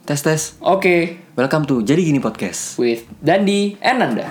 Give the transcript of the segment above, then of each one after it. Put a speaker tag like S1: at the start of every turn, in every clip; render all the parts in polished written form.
S1: Tes.
S2: Oke,
S1: Welcome to Jadi Gini Podcast.
S2: with Dandi and Nanda.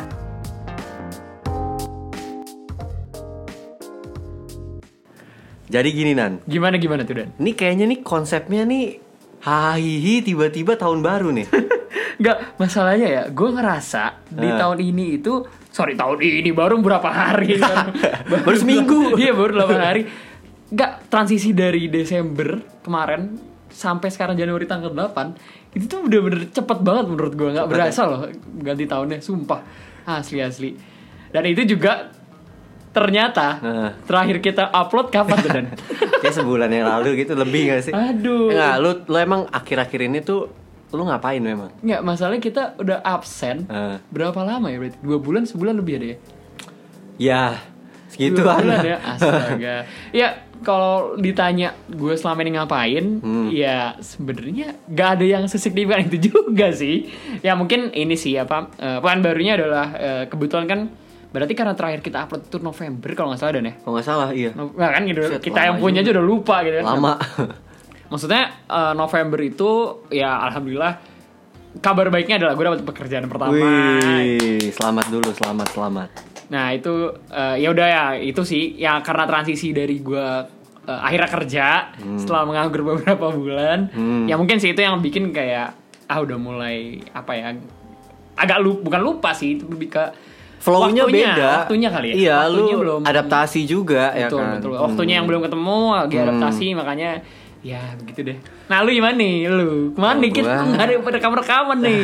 S1: Jadi gini Nan,
S2: Gimana tuh Dan?
S1: ini kayaknya nih konsepnya nih hahihi tiba-tiba tahun baru nih.
S2: Enggak, masalahnya ya, gue ngerasa di tahun ini itu, tahun ini baru berapa hari kan?
S1: Baru seminggu.
S2: Iya, baru 8 hari. Enggak, transisi dari Desember kemarin sampai sekarang Januari tanggal 8 itu tuh bener-bener cepet banget menurut gue. Gak berasa loh ganti tahunnya, sumpah. Asli. Dan itu juga ternyata terakhir kita upload kapan tuh Dan?
S1: Kayak sebulan yang lalu gitu, lebih gak sih?
S2: Aduh.
S1: Enggak, lu emang akhir-akhir ini tuh lu ngapain memang?
S2: Nggak, masalahnya kita udah absen berapa lama ya berarti? 2 bulan, sebulan lebih ada ya?
S1: Ya,
S2: 2
S1: segituan
S2: bulan
S1: lah.
S2: ya, astaga. Ya, kalau ditanya gue selama ini ngapain, ya sebenarnya nggak ada yang sesignifikan itu juga sih. Ya mungkin ini sih pekan barunya adalah kebetulan kan berarti karena terakhir kita upload itu November kalau nggak salah Dan ya?
S1: Kalau nggak salah, iya.
S2: Nah kan gitu,
S1: Shit,
S2: kita yang punya
S1: juga.
S2: aja udah lupa gitu kan.
S1: Lama.
S2: Maksudnya November itu ya alhamdulillah kabar baiknya adalah gue dapat pekerjaan pertama.
S1: Wih, selamat dulu, selamat.
S2: Nah itu ya udah ya itu sih ya karena transisi dari gue akhirnya kerja setelah menganggur beberapa bulan. Ya mungkin sih itu yang bikin kayak udah mulai agak bukan lupa sih, itu lebih ke
S1: Flow-nya beda.
S2: Waktunya kali ya.
S1: Iya,
S2: waktunya
S1: lu
S2: belum
S1: adaptasi juga ya kan.
S2: betul. Waktunya yang belum ketemu lagi adaptasi, makanya ya begitu deh. Nah lu gimana nih? Lu kemana nih? Kita nggak ada rekaman nih.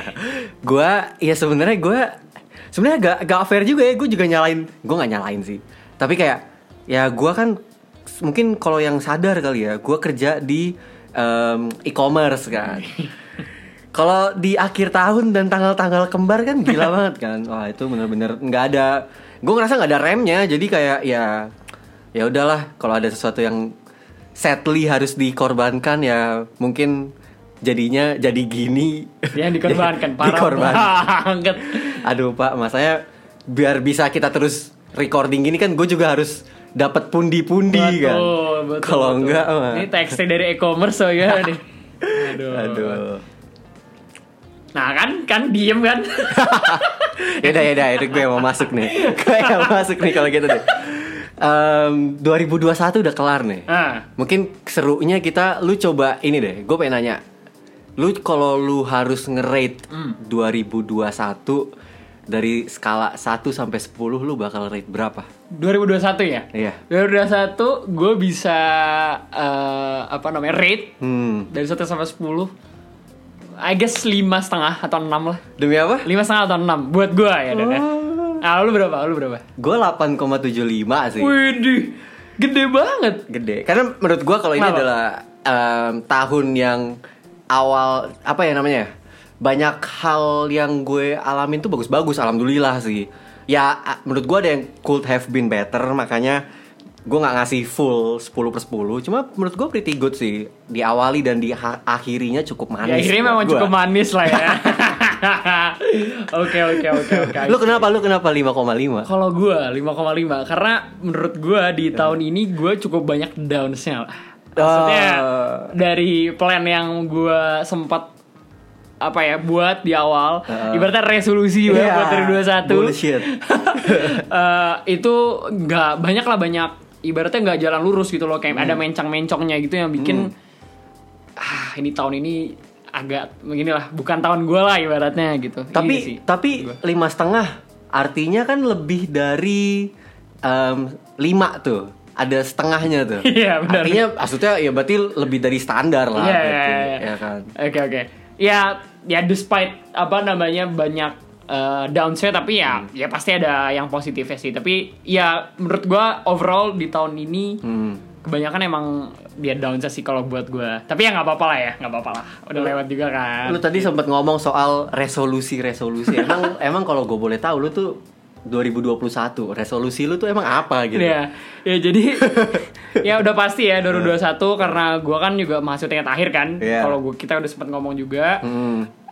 S1: Gue sebenarnya gak fair juga ya. Gue juga gue nggak nyalain sih. Tapi kayak ya gue kan mungkin kalau yang sadar kali ya, gue kerja di e-commerce kan. Kalau di akhir tahun dan tanggal-tanggal kembar kan gila banget kan. Wah itu bener-bener nggak ada. Gue ngerasa nggak ada remnya. Jadi kayak ya udahlah. Kalau ada sesuatu yang sadly harus dikorbankan ya mungkin jadinya jadi gini.
S2: Yang dikorbankan parah banget.
S1: Aduh Pak, masanya biar bisa kita terus recording gini kan gue juga harus dapat pundi-pundi kan.
S2: Betul.
S1: Kalau enggak
S2: ini teksnya dari e-commerce so ya nih.
S1: Aduh.
S2: Nah kan diem kan.
S1: Yaudah, gue yang mau masuk nih. Kalau gitu deh. 2021 udah kelar nih. Mungkin serunya lu coba ini deh. Gue pengen nanya. Lu kalau lu harus nge-rate 2021 dari skala 1 sampai 10 lu bakal rate berapa?
S2: 2021 ya?
S1: Iya.
S2: 2021 gue bisa rate dari 1 sampai 10. I guess 5,5 atau 6 lah.
S1: Demi apa?
S2: 5,5 atau 6 buat gue ya Dan ya. Nah, lu berapa?
S1: Gue 8,75 sih.
S2: Widih, gede banget.
S1: Gede. Karena menurut gue kalau ini adalah tahun yang awal banyak hal yang gue alamin tuh bagus-bagus, alhamdulillah sih. Ya menurut gue ada yang could have been better, makanya gue nggak ngasih full 10/10. Cuma menurut gue pretty good sih. Diawali dan akhirinya cukup manis.
S2: Ya akhirnya memang cukup manis lah ya. Oke.
S1: Lu kenapa 5,5?
S2: Kalau gue 5,5 karena menurut gue di tahun ini gue cukup banyak downs-nya lah. Maksudnya dari plan yang gue sempat buat di awal, ibaratnya resolusi buat dari 21.
S1: Bullshit.
S2: Itu nggak banyak ibaratnya nggak jalan lurus gitu loh, kayak ada mencong-mencongnya gitu yang bikin ini tahun ini agak beginilah, bukan tahun gue lah ibaratnya gitu.
S1: Tapi 5,5 artinya kan lebih dari 5 tuh. Ada setengahnya tuh.
S2: Iya benar.
S1: Artinya maksudnya ya berarti lebih dari standar lah.
S2: Iya
S1: kan.
S2: Oke. Ya despite banyak downside, tapi ya pasti ada yang positifnya sih. Tapi ya menurut gue overall di tahun ini kebanyakan emang dia downside sih kalau buat gue. Tapi ya nggak apa-apa lah. Udah lewat juga kan.
S1: Lu tadi sempat ngomong soal resolusi. emang kalau gue boleh tahu lu tuh 2021 resolusi lu tuh emang apa gitu?
S2: Ya jadi ya udah pasti ya 2021 karena gue kan juga mahasiswa tingkat akhir kan. Kalau kita udah sempat ngomong juga.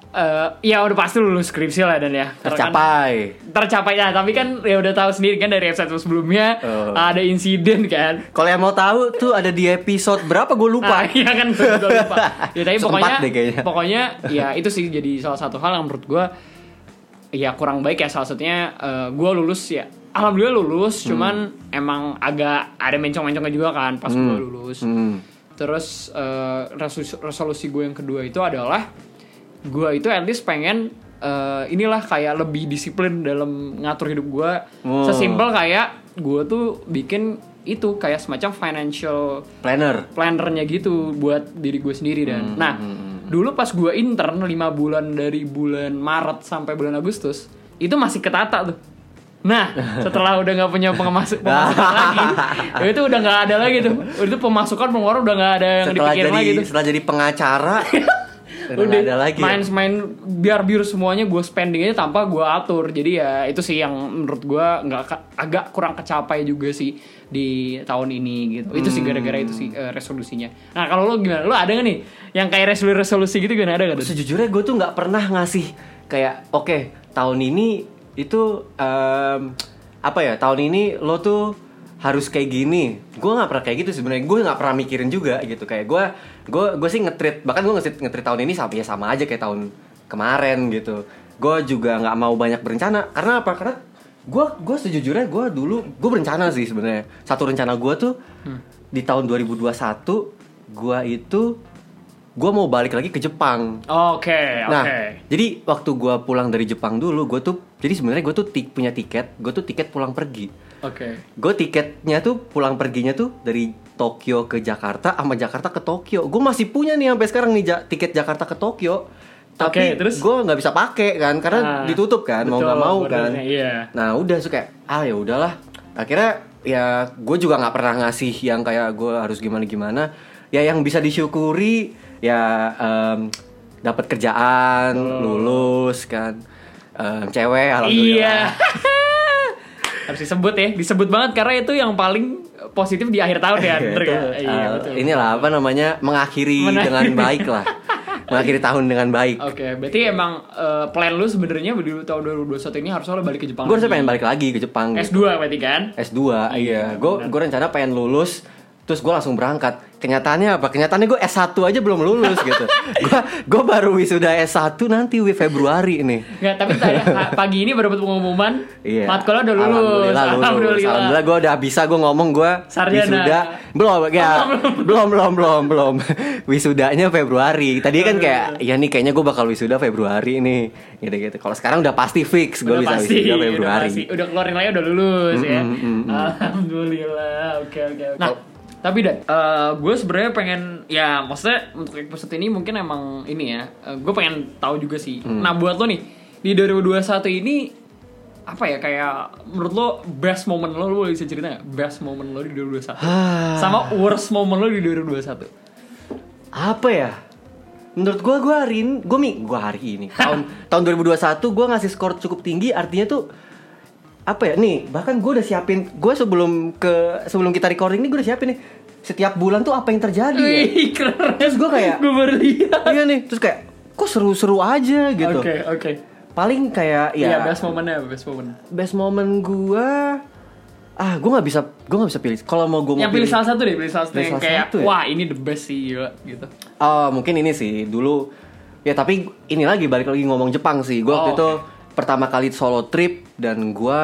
S2: Ya udah pasti lulus skripsi lah Dan ya. Tercapai ya, tapi kan ya udah tahu sendiri kan dari episode sebelumnya ada insiden kan.
S1: Kalau yang mau tahu tuh ada di episode berapa gue lupa.
S2: Iya kan gue lupa. Ya tapi pokoknya ya itu sih jadi salah satu hal yang menurut gue ya kurang baik ya. Salah satunya gue lulus ya. Alhamdulillah lulus, cuman emang agak ada mencong-mencongnya juga kan pas gue lulus. Terus resolusi gue yang kedua itu adalah gue itu at least pengen inilah kayak lebih disiplin dalam ngatur hidup gue. Sesimpel kayak gue tuh bikin itu kayak semacam financial plannernya gitu buat diri gue sendiri. Dan dulu pas gue intern 5 bulan dari bulan Maret sampai bulan Agustus itu masih ketata tuh. Nah setelah udah nggak punya pemasukan lagi itu udah nggak ada lagi tuh. Itu pemasukan pengeluaran udah nggak ada yang dipikirin lagi tuh.
S1: Setelah jadi pengacara
S2: udah ada lagi main biar semuanya gue spending aja tanpa gue atur. Jadi ya itu sih yang menurut gue agak kurang kecapai juga sih di tahun ini gitu. Itu sih gara-gara itu sih resolusinya. Nah kalau lo gimana? Lo ada gak nih yang kayak resolusi gitu gimana, ada gak?
S1: Sejujurnya gue tuh nggak pernah ngasih kayak oke, tahun ini itu apa ya, tahun ini lo tuh harus kayak gini. Gue nggak pernah kayak gitu sebenarnya. Gue nggak pernah mikirin juga gitu. Kayak gue sih nge-treat, bahkan gue nge-treat tahun ini sama aja kayak tahun kemarin gitu. Gue juga nggak mau banyak berencana. Karena apa? Karena gue sejujurnya gue dulu gue berencana sih sebenarnya. Satu rencana gue tuh di tahun 2021 gue mau balik lagi ke Jepang.
S2: Oke.
S1: Nah, jadi waktu gue pulang dari Jepang dulu, jadi sebenarnya gue tuh punya tiket. Gue tuh tiket pulang pergi. Gue tiketnya tuh pulang perginya tuh dari Tokyo ke Jakarta sama Jakarta ke Tokyo. Gue masih punya nih sampai sekarang nih tiket Jakarta ke Tokyo. Tapi gue nggak bisa pakai kan karena ditutup kan, betul, mau nggak mau kan. Iya. Nah udah suka ya udahlah. Akhirnya ya gue juga nggak pernah ngasih yang kayak gue harus gimana. Ya yang bisa disyukuri ya dapat kerjaan, lulus kan, cewek alhamdulillah. Iya.
S2: Harus disebut banget karena itu yang paling positif di akhir tahun ya.
S1: Inilah apa namanya mengakhiri dengan baik lah. Mengakhiri tahun dengan baik.
S2: Berarti emang plan lu sebenarnya di tahun 2021 ini harusnya lo balik ke Jepang.
S1: Gue harusnya pengen balik lagi ke Jepang.
S2: S2 berarti kan?
S1: S2, iya. Gue rencana pengen lulus, terus gue langsung berangkat. Kenyataannya apa? Kenyataannya gue S1 aja belum lulus gitu. Gue baru wisuda S1 nanti Februari nih.
S2: Nggak, tapi pagi ini baru dapat pengumuman matkulnya udah lulus.
S1: Alhamdulillah gue udah bisa gue ngomong gue wisuda. Belum. Wisudanya Februari. Tadi kan kayak ya nih kayaknya gue bakal wisuda Februari nih. Gitu. Kalau sekarang udah pasti fix gue bisa wisuda Februari.
S2: Udah keluarin lagi udah lulus ya. Alhamdulillah. Oke. Nah, tapi gue sebenarnya pengen ya maksudnya untuk episode ini mungkin emang ini ya gue pengen tahu juga sih. Nah buat lo nih di 2021 ini apa ya kayak menurut lo best moment lo boleh bisa cerita nggak best moment lo di 2021 sama worst moment lo di 2021?
S1: Apa ya? Menurut gue hari ini tahun 2021 gue ngasih skor cukup tinggi. Artinya tuh apa ya nih, bahkan gue udah siapin, gue sebelum kita recording ini gue udah siapin nih setiap bulan tuh apa yang terjadi ya.
S2: Keren.
S1: Terus gue kayak
S2: gue baru lihat.
S1: Iya nih, terus kayak kok seru-seru aja gitu.
S2: Oke.
S1: Paling kayak ya
S2: best moment
S1: gue gue nggak bisa pilih. Kalau mau gue
S2: yang pilih salah satu deh, yang kayak
S1: ya?
S2: Wah ini the best sih gitu.
S1: Mungkin ini sih dulu ya, tapi ini balik lagi ngomong Jepang sih. Gue waktu itu pertama kali solo trip dan gue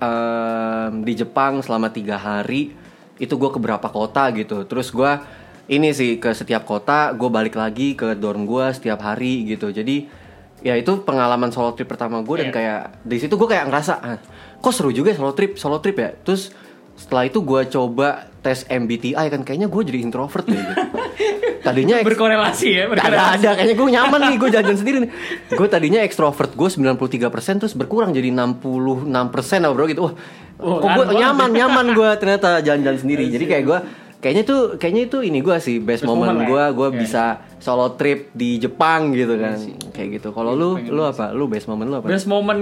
S1: di Jepang selama 3 hari. Itu gue ke beberapa kota gitu. Terus gue ini sih ke setiap kota gue balik lagi ke dorm gue setiap hari gitu. Jadi ya itu pengalaman solo trip pertama gue. Dan kayak di situ gue kayak ngerasa kok seru juga solo trip ya. Terus setelah itu gue coba tes MBTI kan, kayaknya gue jadi introvert deh gitu. Tadinya
S2: berkorelasi ya.
S1: Ada kayaknya gue nyaman nih, gue jalan sendiri nih. Gue tadinya ekstrovert gue 93% terus berkurang jadi 66% lah bro gitu. Kok gue nyaman gue ternyata jalan-jalan sendiri. Jadi kayak gue kayaknya itu ini gue sih best moment gue bisa solo trip di Jepang gitu kan. Kayak gitu. Kalau lu apa? Lu best moment lu apa?
S2: Best moment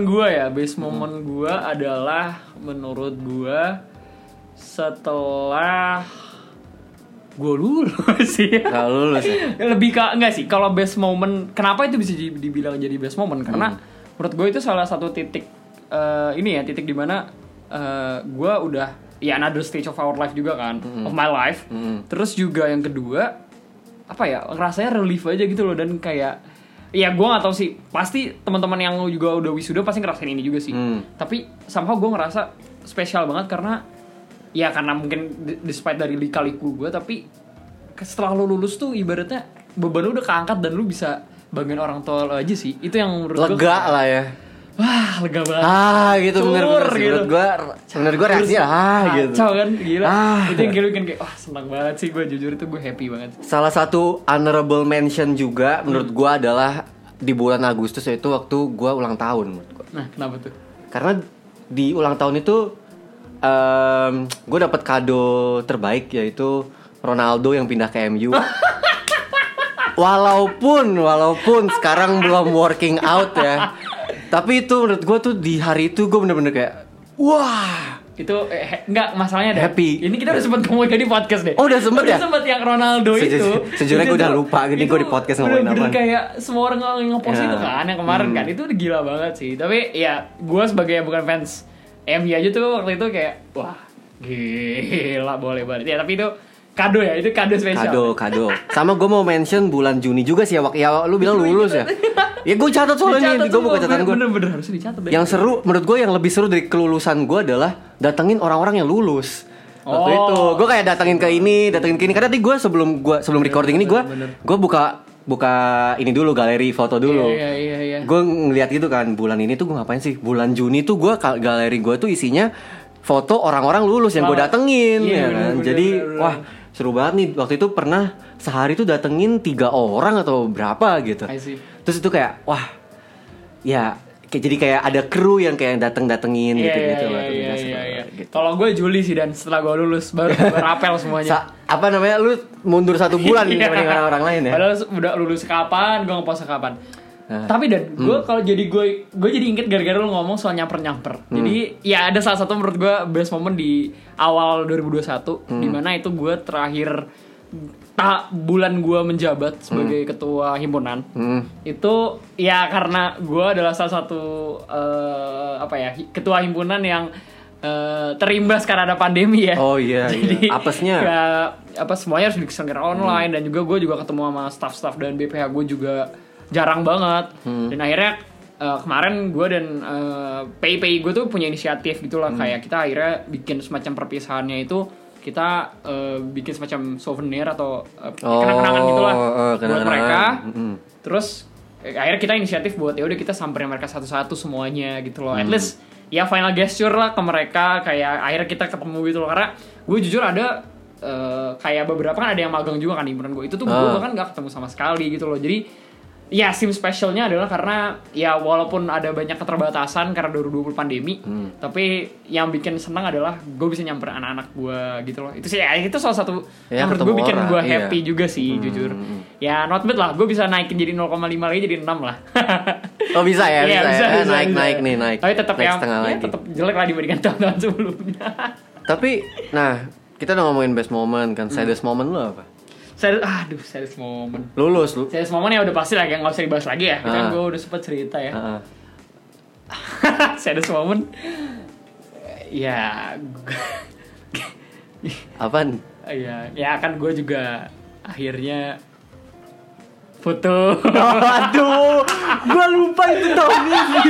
S2: gue adalah menurut gue setelah gue lulus sih ya.
S1: Gak lulus ya?
S2: Lebih ke enggak sih, kalau best moment, kenapa itu bisa dibilang jadi best moment? Karena menurut gue itu salah satu titik titik dimana gue udah ya another stage of our life juga kan, of my life. Terus juga yang kedua apa ya, rasanya relief aja gitu loh, dan kayak ya gue nggak tahu sih, pasti teman-teman yang juga udah wisuda pasti ngerasain ini juga sih. Tapi somehow gue ngerasa spesial banget karena mungkin despite dari lika-liku gue, tapi setelah lo lulus tuh ibaratnya beban lu udah keangkat dan lu bisa banggain orang tua lo aja sih. Itu yang menurut gue
S1: lega lah ya.
S2: Wah, lega banget.
S1: Gitu bener sih
S2: gitu.
S1: Menurut gue reaksinya gitu.
S2: Kacau kan, gila. Itu yang bikin kayak wah senang banget sih gue, jujur itu gue happy banget.
S1: Salah satu honorable mention juga menurut gue adalah di bulan Agustus, yaitu waktu gue ulang tahun menurut gue.
S2: Nah, kenapa tuh?
S1: Karena di ulang tahun itu gue dapet kado terbaik, yaitu Ronaldo yang pindah ke MU. Walaupun sekarang belum working out ya, tapi itu menurut gue tuh di hari itu gue bener-bener kayak wah.
S2: Itu enggak, masalahnya deh.
S1: Happy.
S2: Ini kita udah sempat ngomongin di podcast deh.
S1: Oh, udah sempet ya?
S2: Udah sempet yang Ronaldo itu.
S1: Sejujurnya gue udah lupa gini gue di podcast ngomongin apa.
S2: Bener-bener kayak semua orang nge-post itu kan yang kemarin kan. Itu udah gila banget sih. Tapi ya gue sebagai yang bukan fans MU aja tuh waktu itu kayak wah gila, boleh banget. Ya tapi itu kado ya, itu kado spesial.
S1: Kado. Sama gue mau mention bulan Juni juga sih ya, lu bilang lulus ya. Ya gue catat soalnya nih, gue buka catatan gue.
S2: Bener-bener harus dicatat.
S1: Yang seru, menurut gue yang lebih seru dari kelulusan gue adalah datengin orang-orang yang lulus. Waktu itu gue kayak datengin ke ini. Karena tadi gue sebelum recording ini gue buka ini dulu, galeri foto dulu.
S2: Iya.
S1: Gue ngeliat gitu kan, bulan ini tuh gue ngapain sih? Bulan Juni tuh galeri gue tuh isinya foto orang-orang lulus yang gue datengin.
S2: Iya,
S1: ya kan? Jadi wah seru banget nih. Waktu itu pernah sehari tuh datengin 3 orang atau berapa gitu. Terus itu kayak wah ya jadi kayak ada kru yang kayak datengin gitu.
S2: Iya. Kalau gue Juli sih, dan setelah gue lulus baru apel semuanya.
S1: Apa namanya, lu mundur 1 bulan dibanding orang lain ya.
S2: Padahal udah lulus kapan, gue ngepost kapan. Tapi dan gue kalau jadi gue jadi inget gara-gara lu ngomong soal nyamper. Jadi ya ada salah satu menurut gue best moment di awal 2021 dimana itu gue terakhir bulan gue menjabat sebagai ketua himpunan. Itu ya karena gue adalah salah satu ketua himpunan yang terimbas karena ada pandemi ya.
S1: Oh iya.
S2: Jadi
S1: apesnya
S2: semuanya harus diselenggarakan online, dan juga gue juga ketemu sama staff-staff dan BPH gue juga jarang banget. Dan akhirnya kemarin gue dan PI gue tuh punya inisiatif gitulah, kayak kita akhirnya bikin semacam perpisahannya itu kita bikin semacam souvenir atau kenang-kenangan gitulah buat mereka. Terus akhirnya kita inisiatif buat ya udah kita samperin mereka satu-satu semuanya gitu loh. At least ya final gesture lah ke mereka, kayak akhirnya kita ketemu gitu loh. Karena gue jujur ada kayak beberapa kan ada yang magang juga kan di himpunan gue. Itu tuh gue bahkan gak ketemu sama sekali gitu loh. Jadi ya sim spesialnya adalah karena ya walaupun ada banyak keterbatasan karena 2020 pandemi, tapi yang bikin senang adalah gue bisa nyamperin anak-anak gue gitu loh. Itu sih ya, itu salah satu yang menurut gue bikin gue happy juga sih jujur. Ya not bad lah, gue bisa naikin jadi 0,5 lagi jadi 6 lah.
S1: Oh bisa ya, bisa. Naik.
S2: Tapi tetap tetap jelek lah dibandingkan tahun-tahun sebelumnya.
S1: Tapi nah kita udah ngomongin best moment kan, saddest moment lu apa?
S2: Saddest moment.
S1: Lulus lu.
S2: Saddest moment ya udah pasti lah, kayak nggak usah dibahas lagi ya. Kan gue udah sempet cerita ya. Saddest moment. Ya.
S1: Apaan?
S2: Ya kan gue juga akhirnya foto.
S1: Aduh, gue lupa itu tahun ini.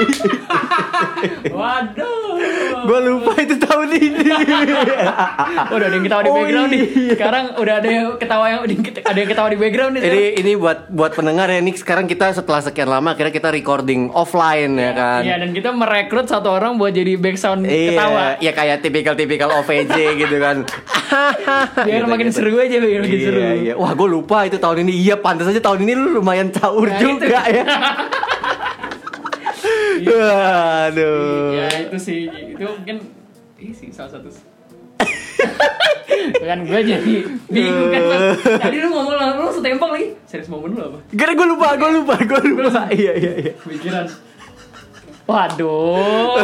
S1: Gue lupa itu tahun ini.
S2: Udah ada yang ketawa di background nih. Sekarang udah ada yang ketawa di background nih.
S1: Ini buat pendengar ya, nih sekarang kita setelah sekian lama akhirnya kita recording offline ya kan.
S2: Iya, dan kita merekrut 1 orang buat jadi background ketawa.
S1: Iya kayak tipikal OVJ gitu kan.
S2: Biar makin seru aja, biar makin seru.
S1: Iya. Wah, gue lupa itu tahun ini. Iya, pantas aja tahun ini lu lumayan caur juga ya. Aduh.
S2: Ya itu sih, itu mungkin sih salah satu. Kan gue jadi bingung kan pas tadi lu ngomong lu setempel lagi. Serius momen lu apa?
S1: Gara gue lupa. Iya.
S2: Pikiran. Waduh.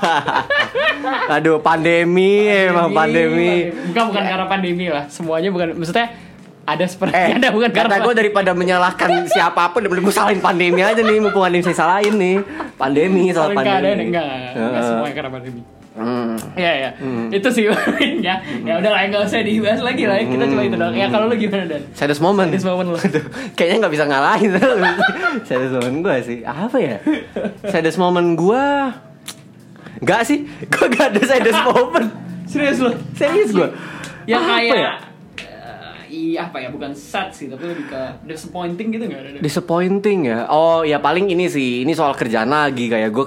S1: Aduh, pandemi.
S2: Bukan karena pandemi lah. Semuanya bukan, maksudnya ada seperti ada bukan karena.
S1: Kata gue daripada menyalahkan siapapun, gue salahin pandemi aja nih, mumpung ada yang saya salahin nih. Pandemi, salah pandemi.
S2: Enggak semuanya karena pandemi. Ya. Itu sih ya. Ya udah lah, enggak usah dibahas lagi lah. Kita cuma itu doang. Ya kalau lu gimana, Dan?
S1: Saddest moment
S2: lu.
S1: Kayaknya nggak bisa ngalahin. Saddest moment gue sih apa ya? Saddest moment gue nggak sih. Gue gak ada saddest moment.
S2: Serius lu?
S1: Serius gue.
S2: Yang kayak apa ya, bukan sad sih, tapi lebih ke disappointing gitu nggak ada?
S1: Disappointing ya. Oh ya, paling ini sih. Ini soal kerjaan lagi. Kayak gue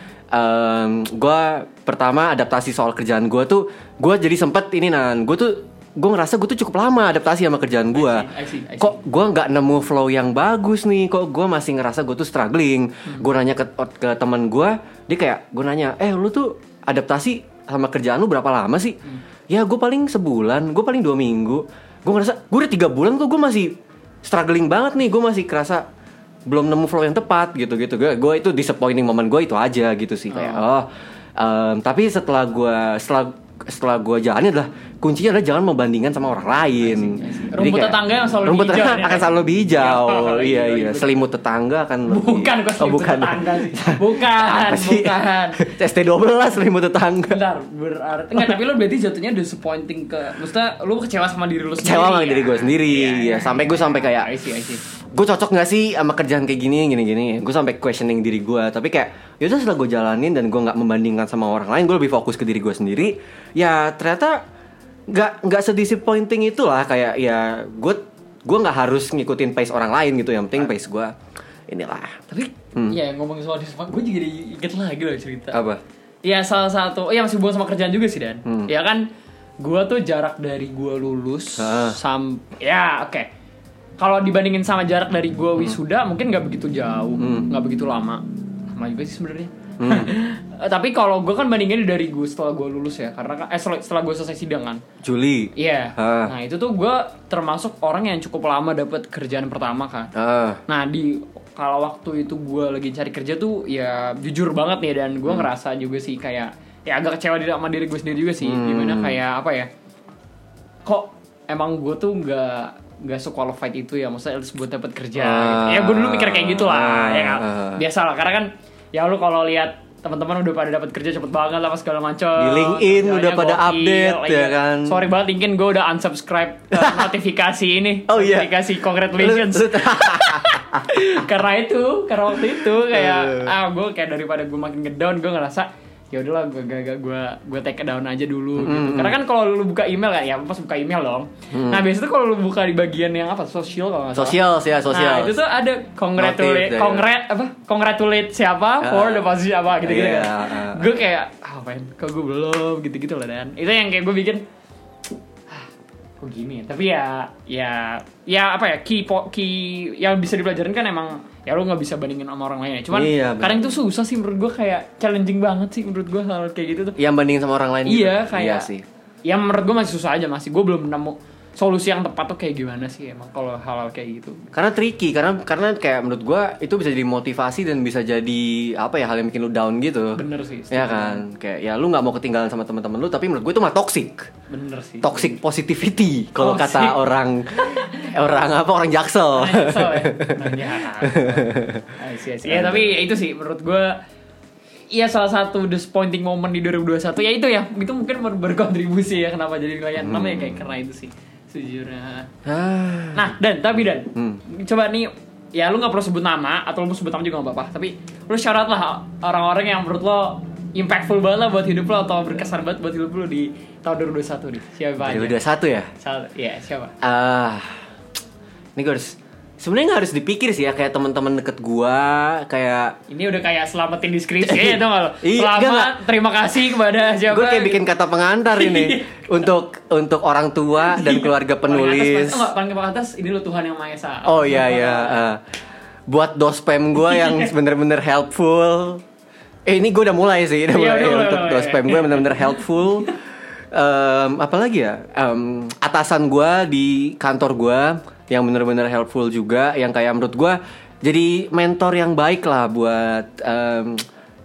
S1: gue pertama adaptasi soal kerjaan gue tuh, gue jadi sempet ini gue ngerasa gue tuh cukup lama adaptasi sama kerjaan gue.
S2: I see.
S1: Kok gue nggak nemu flow yang bagus nih, kok gue masih ngerasa gue tuh struggling. Gue nanya ke teman gue, dia kayak gue nanya, lu tuh adaptasi sama kerjaan lu berapa lama sih? Ya gue paling sebulan, gue paling 2 minggu. Gue ngerasa gue udah 3 bulan kok gue masih struggling banget nih, gue masih kerasa belum nemu flow yang tepat gitu. Gue itu disappointing moment gue itu aja gitu sih. Kayak tapi setelah gue jalani adalah kuncinya adalah jangan membandingkan sama orang lain.
S2: Rumput tetangga yang selalu
S1: rumput
S2: hijau
S1: akan selalu lebih hijau. Iya.
S2: betul.
S1: Selimut tetangga akan
S2: bukan kok selimut tetangga sih. Bukan.
S1: ST12 selimut tetangga.
S2: Bentar, berarti enggak, tapi lu berarti jatuhnya disappointing ke, maksudnya lu kecewa sama diri lu sendiri.
S1: Kecewa sama diri gue sendiri. Iya. Sampai kayak
S2: I see.
S1: gue cocok nggak sih sama kerjaan kayak gini. Gue sampai questioning diri gue. Tapi kayak yaudah, setelah gue jalanin dan gue nggak membandingkan sama orang lain, gue lebih fokus ke diri gue sendiri. Ya ternyata nggak sedisappointing itulah. Kayak ya gue nggak harus ngikutin pace orang lain gitu. Yang penting pace gue inilah.
S2: Tapi ya ngomongin soal disappointing, gue juga inget lagi loh cerita.
S1: Apa?
S2: Ya salah satu, ya masih hubungan sama kerjaan juga sih, Dan. Ya kan, gue tuh jarak dari gue lulus oke. Kalau dibandingin sama jarak dari gue wisuda, mungkin nggak begitu jauh, nggak begitu lama juga sih sebenarnya. Tapi kalau gue kan bandingin dari gue setelah gue lulus ya, karena setelah gue selesai sidang kan.
S1: Juli.
S2: Iya. Nah itu tuh gue termasuk orang yang cukup lama dapat kerjaan pertama kan. Nah kalau waktu itu gue lagi cari kerja tuh ya jujur banget nih, dan gue ngerasa juga sih kayak ya agak kecewa sama diri gue sendiri juga sih. Gimana kayak apa ya? Kok emang gue tuh nggak so-qualified itu ya, maksudnya buat dapat kerja gitu. Ya gue dulu mikir kayak gitulah, ya kan. Biasa lah, karena kan ya lu kalau lihat teman-teman udah pada dapat kerja cepet banget lah, segala macam.
S1: Di LinkedIn udah pada update ya kan.
S2: Sorry banget, LinkedIn gue udah unsubscribe notifikasi ini. Notifikasi congratulations. karena waktu itu kayak gue kayak daripada gue makin ngedown, gue ngerasa ya udahlah gue take down aja dulu gitu. Karena kan kalau lu buka email kan, ya pas buka email dong. Nah biasanya tuh kalau lu buka di bagian yang apa, sosial kalau nggak salah.
S1: Sosial.
S2: Nah itu tuh ada congratulate siapa for the position apa gitu kan. Gue kayak kok gue belum gitu lah, Dan itu yang kayak gue bikin kok gini ya. Tapi ya apa ya, key yang bisa dipelajarin kan emang ya lu nggak bisa bandingin sama orang lain ya. Cuman kadang itu susah sih menurut gue, kayak challenging banget sih menurut gue hal kayak gitu tuh.
S1: Yang bandingin sama orang lain.
S2: Iya
S1: gitu.
S2: kayak. Iya sih. Ya menurut gue masih susah aja, gue belum nemu solusi yang tepat tuh kayak gimana sih emang kalau hal-hal kayak gitu.
S1: Karena tricky, karena kayak menurut gue itu bisa jadi motivasi dan bisa jadi apa ya, hal yang bikin lu down gitu.
S2: Bener sih.
S1: Ya kan, kayak ya lu nggak mau ketinggalan sama teman-teman lu, tapi menurut gue itu malah toxic.
S2: Bener sih.
S1: Toxic positivity kalau kata orang Jaksel.
S2: Ya tapi itu sih menurut gue. Iya, salah satu disappointing moment di 2021 ya itu ya, itu mungkin berkontribusi ya kenapa jadi nilai 6 ya, kayak karena itu sih sejujurnya. Nah Dan coba nih ya, lu nggak perlu sebut nama atau lu sebut nama juga nggak apa-apa, tapi lu shout lah orang-orang yang menurut lo impactful banget lah buat hidup lo atau berkesan banget buat hidup lo di tahun 2021 nih. Siapa aja?
S1: 2021 ya?
S2: Iya, siapa?
S1: Ini gue sebenarnya nggak harus dipikir sih ya, kayak teman-teman deket gua, kayak
S2: ini udah kayak selamatin di skripsi ya, tau gak lo? Selamat, terima kasih kepada siapa?
S1: Gue kayak bikin kata pengantar ini untuk orang tua dan keluarga penulis.
S2: Paling atas ini lo Tuhan yang Maha Esa.
S1: Oh iya. Buat dospem gua yang bener-bener helpful. Ini gue udah mulai sih, untuk dospem gue bener-bener helpful. Apalagi ya, atasan gue di kantor gue yang benar-benar helpful juga, yang kayak menurut gue jadi mentor yang baik lah buat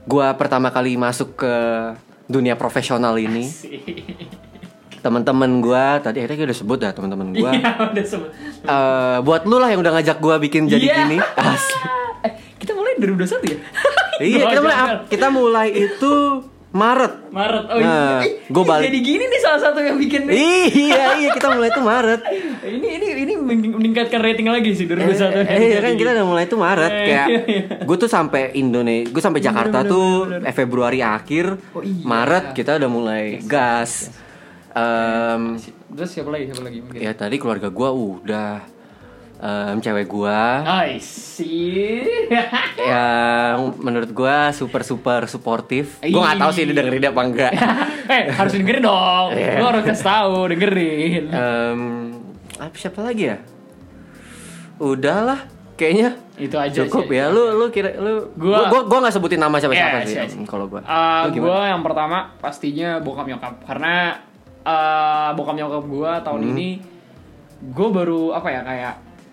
S1: gue pertama kali masuk ke dunia profesional ini. Teman-teman gue tadi akhirnya udah sebut dah teman-teman gue.
S2: Iya, udah sebut.
S1: Buat lu lah yang udah ngajak gue bikin jadi
S2: Iya.
S1: gini. Asli.
S2: Kita mulai 2021 ya?
S1: Iya, kita mulai itu Maret.
S2: Oh
S1: Nah,
S2: iya.
S1: gua balik.
S2: Jadi gini nih salah satu yang bikin nih.
S1: Iya, kita mulai itu Maret.
S2: Ini meningkatkan rating lagi sih 2021.
S1: Iya kan kita udah mulai itu Maret kayak
S2: iya.
S1: gue tuh sampai Gue sampai Jakarta tuh Februari akhir.
S2: Oh, iya.
S1: Maret kita udah mulai gas.
S2: Terus siapa lagi mungkin?
S1: Ya tadi keluarga gue udah cewek gue
S2: I see.
S1: yang menurut gue super suportif. Gue nggak tahu sih dia dengerin apa enggak.
S2: Harus dengerin dong. Lu harus kasih tahu, dengerin.
S1: Siapa lagi ya? Udahlah, kayaknya
S2: Itu aja
S1: cukup
S2: sih.
S1: ya. Lu kira gua nggak sebutin nama siapa sih. Kalau gua.
S2: Gua yang pertama pastinya bokap nyokap karena bokap nyokap gua tahun ini gua baru apa ya kayak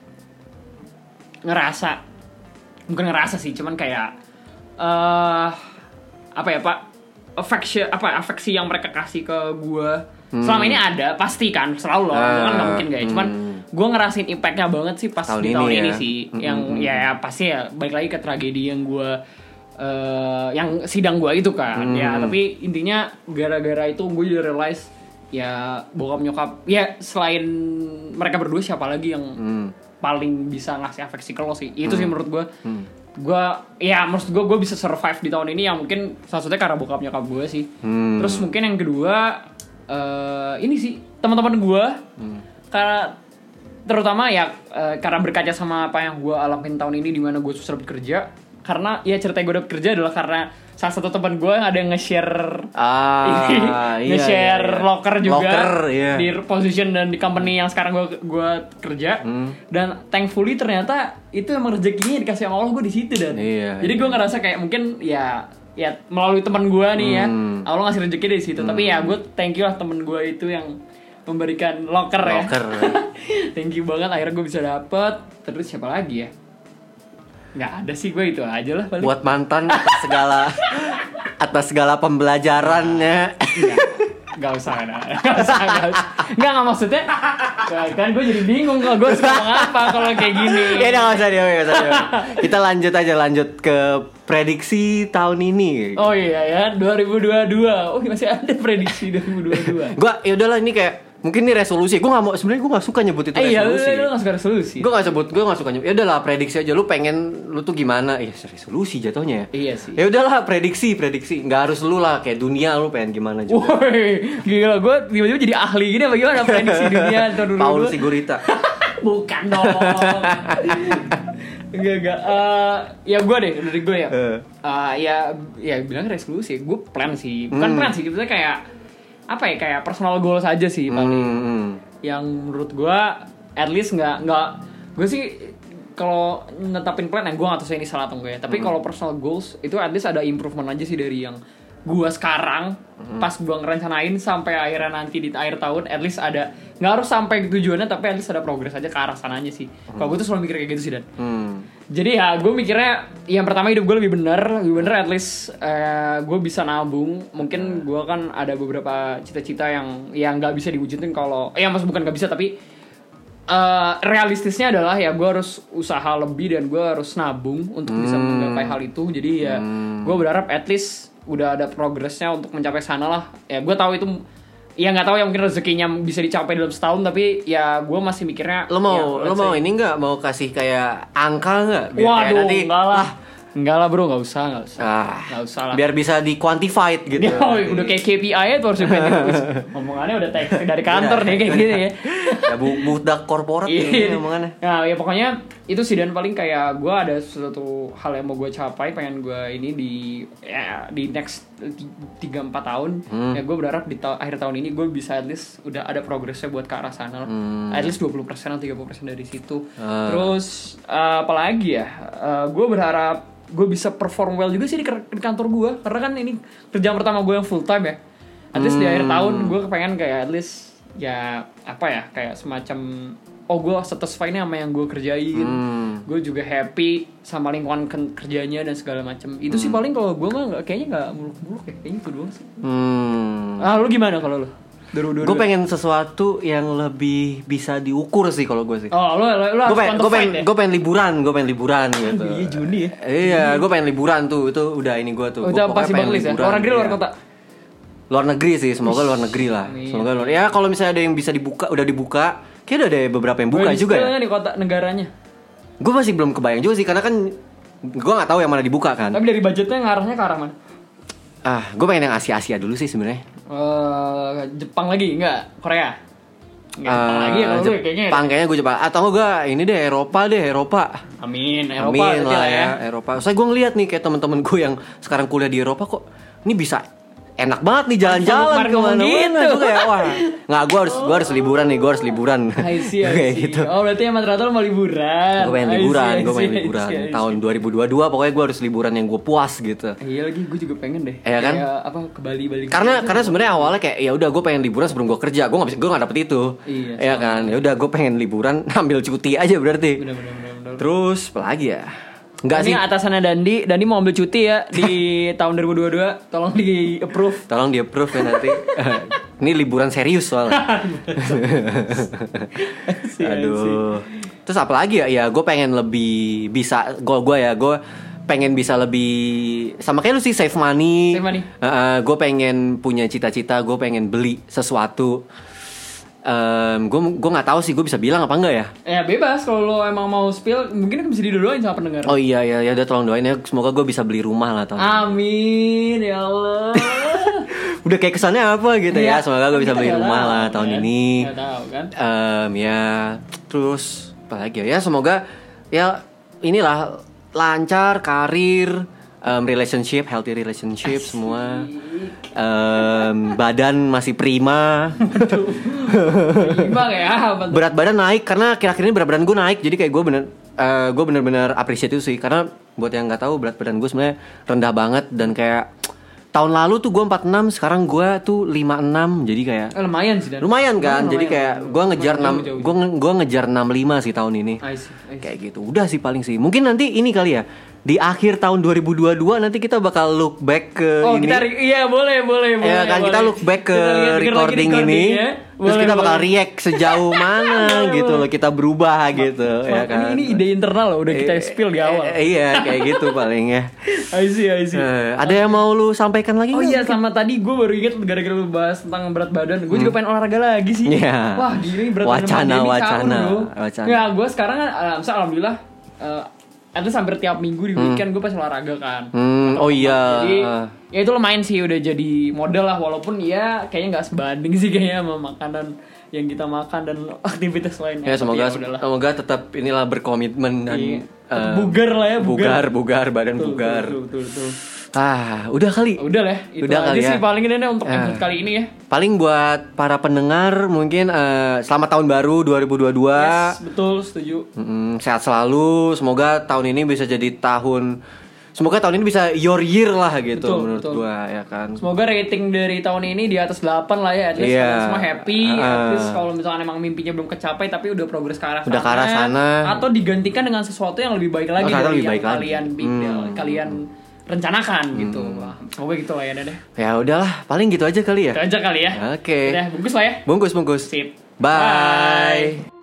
S2: bukan ngerasa sih, cuman kayak apa ya Pak, afeksi yang mereka kasih ke gua selama ini ada pasti kan selalu loh, kan nggak mungkin gak ya, cuman gua ngerasain impactnya banget sih pas
S1: tahun
S2: di tahun ini
S1: ya.
S2: sih, yang ya pasti ya balik lagi ke tragedi yang gua yang sidang gua itu kan, ya tapi intinya gara-gara itu gue jadi realize ya bokap nyokap ya selain mereka berdua siapa lagi yang paling bisa ngasih afeksi ke lo sih. Itu sih menurut gue. Maksud gue bisa survive di tahun ini yang mungkin salah satunya karena bokap nyokap gue sih. Terus mungkin yang kedua ini sih teman-teman gue. Karena terutama ya karena berkaca sama apa yang gue alamin tahun ini di mana gue susah bekerja. Karena ya cerita gue udah bekerja adalah karena salah satu teman gue ada yang nge-share nge-share locker juga di position dan di company yang sekarang gue kerja. Dan thankfully ternyata itu emang rezekinya dikasih sama Allah gue di situ dan jadi gue ngerasa kayak mungkin ya melalui teman gue nih ya Allah ngasih rezeki dari situ. Tapi ya gue thank you lah teman gue itu yang memberikan locker ya. Thank you banget akhirnya gue bisa dapet. Terus siapa lagi ya? Nggak ada sih, gue itu aja lah paling.
S1: Buat mantan atas segala pembelajarannya.
S2: Nggak usah. Nggak maksudnya. Kan gue jadi bingung kalau gue harus ngomong apa kalau kayak gini.
S1: Ya udah nggak usah dia. Kita lanjut ke prediksi tahun ini.
S2: Oh iya ya 2022. Oh masih ada prediksi 2022.
S1: Gue ya udahlah ini kayak mungkin ini resolusi. Gue nggak suka nyebut itu resolusi.
S2: Iya, lu nggak suka resolusi.
S1: Gue nggak suka nyebut. Ya udahlah prediksi aja. Lu tuh gimana? Resolusi jatuhnya.
S2: Iya sih.
S1: Ya udahlah prediksi. Nggak harus lu lah kayak dunia lu pengen gimana juga.
S2: Woi, gila gue tiba-tiba jadi ahli gini apa gimana prediksi dunia tahun 2022?
S1: Paul Sigurita.
S2: Bukan dong. Enggak. Ya gue deh dari gue ya. Ya bilang resolusi. Gue plan sih. Bukan plan sih. Kita kayak apa ya kayak personal goals aja sih paling yang menurut gue at least nggak gue sih kalau netapin plan gue nggak tahu ini salah atau enggak ya tapi kalau personal goals itu at least ada improvement aja sih dari yang gue sekarang pas gue ngerencanain sampai akhirnya nanti di akhir tahun at least ada nggak harus sampai tujuannya tapi at least ada progres aja ke arah sananya sih. Kalau gue tuh selalu mikir kayak gitu sih Dan. Jadi ya gue mikirnya yang pertama hidup gue lebih bener at least gue bisa nabung. Mungkin gue kan ada beberapa cita-cita yang nggak bisa diwujudin kalau maksud bukan nggak bisa tapi realistisnya adalah ya gue harus usaha lebih dan gue harus nabung untuk bisa menggapai hal itu. Jadi ya gue berharap at least udah ada progresnya untuk mencapai sana lah. Ya gue tahu itu ya nggak tahu ya mungkin rezekinya bisa dicapai dalam setahun tapi ya gue masih mikirnya
S1: lo mau ini nggak mau kasih kayak angka nggak?
S2: Waduh enggak lah bro nggak usah lah
S1: biar bisa di quantified gitu.
S2: Ya, udah kayak KPI ya tuh harus omongannya udah teks dari kantor nih kayak gini ya.
S1: Ya budak korporat ini omongannya.
S2: Nah ya pokoknya itu sih dan paling kayak gue ada sesuatu hal yang mau gue capai pengen gue ini di next 3-4 tahun ya gue berharap di akhir tahun ini gue bisa at least udah ada progresnya buat ke arah sana lah. At least 20% atau 30% dari situ. Terus apalagi ya gue berharap gue bisa perform well juga sih di kantor gue karena kan ini kerjaan pertama gue yang full time ya. At least di akhir tahun gue kepengen kayak at least ya apa ya kayak semacam gue satisfied nih sama yang gue kerjain. gue juga happy sama lingkungan kerjanya dan segala macam. Itu sih paling kalau gue mah kayaknya nggak muluk-muluk ya, kayaknya itu doang sih. Lu gimana kalau lu?
S1: Gue pengen sesuatu yang lebih bisa diukur sih kalau gue sih.
S2: Oh, lu harus quantified ya?
S1: Gue pengen liburan gitu.
S2: Iya, Juni ya.
S1: Iya, gue pengen liburan tuh. Itu udah ini gue tuh.
S2: Udah pasti backlist ya. Luar negeri, luar kota.
S1: Luar negeri sih, semoga luar negeri lah. Semoga luar. Ya kalau misalnya ada yang bisa dibuka, udah dibuka. Kayaknya udah ada beberapa yang buka juga ya.
S2: Di kota negaranya.
S1: Gue masih belum kebayang juga sih, karena kan gue nggak tahu yang mana dibuka kan.
S2: Tapi dari budgetnya ngarahnya ke arah mana?
S1: Gue pengen yang Asia dulu sih sebenarnya.
S2: Jepang lagi enggak? Korea? Enggak, Jepang lagi ya kalau lu kayaknya.
S1: Jepang kayaknya gue Jepang. Atau gue ini deh Eropa.
S2: Amin
S1: lah ya. Eropa. Soalnya gue ngeliat nih kayak temen-temen gue yang sekarang kuliah di Eropa kok ini bisa enak banget nih jalan-jalan kemana-mana gitu. Kayak wah, nggak gue harus liburan nih,
S2: I see.
S1: Kayak gitu.
S2: Oh berarti emang ternyata lo mau liburan.
S1: Gue pengen liburan tahun 2022 pokoknya gue harus liburan yang gue puas gitu.
S2: Iya lagi, gue juga pengen deh.
S1: Iya kan?
S2: Apa ke Bali.
S1: Karena sebenarnya awalnya kayak ya udah gue pengen liburan sebelum gue kerja, gue nggak dapet itu. Iya kan? Ya udah gue pengen liburan ambil cuti aja berarti.
S2: Bener.
S1: Terus apa lagi ya? Enggak
S2: sih. Ini atasannya Dandi mau ambil cuti ya di tahun 2022. Tolong di approve ya nanti. Ini liburan serius soalnya. Aduh. Terus apa lagi ya? Ya gue pengen lebih bisa gue pengen bisa lebih sama kayak lu sih, save money. Gue pengen punya cita-cita, gue pengen beli sesuatu. Gue nggak tahu sih gue bisa bilang apa enggak ya. Ya bebas, kalau lo emang mau spill mungkin bisa didoain sama pendengar.
S1: Oh iya udah tolong doain ya, semoga gue bisa beli rumah lah tahun.
S2: Amin ya Allah.
S1: Udah kayak kesannya apa gitu ya, semoga gue bisa beli rumah lah tahun ini.
S2: Nggak tahu kan.
S1: Ya terus apa lagi ya, semoga ya inilah lancar karir, healthy relationship semua. Badan masih prima.
S2: Prima ya.
S1: Berat badan naik karena akhir-akhir ini berat badan gue naik. Jadi kayak gue bener-bener appreciate itu sih. Karena buat yang nggak tahu, berat badan gue sebenarnya rendah banget. Dan kayak tahun lalu tuh gue 46, sekarang gue tuh 56. Jadi kayak
S2: lumayan sih.
S1: Lumayan kan. Jadi kayak gue ngejar 6, gue ngejar 65 sih tahun ini.
S2: I see.
S1: Kayak gitu. Udah sih paling sih. Mungkin nanti ini kali ya, di akhir tahun 2022 nanti kita bakal look back ke ini.
S2: Iya boleh.
S1: Ya kan, kita look back ke recording ini. Ya. Terus kita bakal react sejauh mana gitu loh, kita berubah gitu ya kan.
S2: Ini ide internal loh, udah kita spill di awal.
S1: Iya kayak gitu paling ya.
S2: I see.
S1: Ada yang mau lu sampaikan lagi?
S2: Oh iya, sama tadi gue baru ingat gara-gara lu bahas tentang berat badan, gue juga pengen olahraga lagi sih.
S1: Yeah.
S2: Wah gini berat
S1: wacana.
S2: Ya gue sekarang kan alhamdulillah itu hampir tiap minggu di weekend gue pas olahraga kan.
S1: Oh iya.
S2: Jadi ya itu lumayan sih, udah jadi model lah, walaupun ya kayaknya nggak sebanding sih kayaknya sama makanan yang kita makan dan aktivitas lainnya.
S1: Ya semoga tetap inilah berkomitmen dan
S2: bugar lah ya.
S1: Bugar badan bugar.
S2: Betul.
S1: Udah kali.
S2: Udah lah. Itu aja sih paling ini untuk episode kali ini ya.
S1: Paling buat para pendengar mungkin selamat tahun baru 2022.
S2: Yes, betul, setuju.
S1: Sehat selalu. Semoga tahun ini bisa jadi semoga tahun ini bisa your year lah gitu. Betul, menurut gua ya kan.
S2: Semoga rating dari tahun ini di atas 8 lah ya. At least semua happy. At least kalau misalkan emang mimpinya belum kecapai tapi udah progres ke arah sana. Atau digantikan dengan sesuatu yang lebih baik lagi dari yang kalian rencanakan gitu. Semoga gitu lah ya deh.
S1: Ya udahlah, paling gitu aja kali ya.
S2: Itu aja kali ya.
S1: Oke.
S2: Udah bungkus lah ya.
S1: Bungkus.
S2: Sip.
S1: Bye.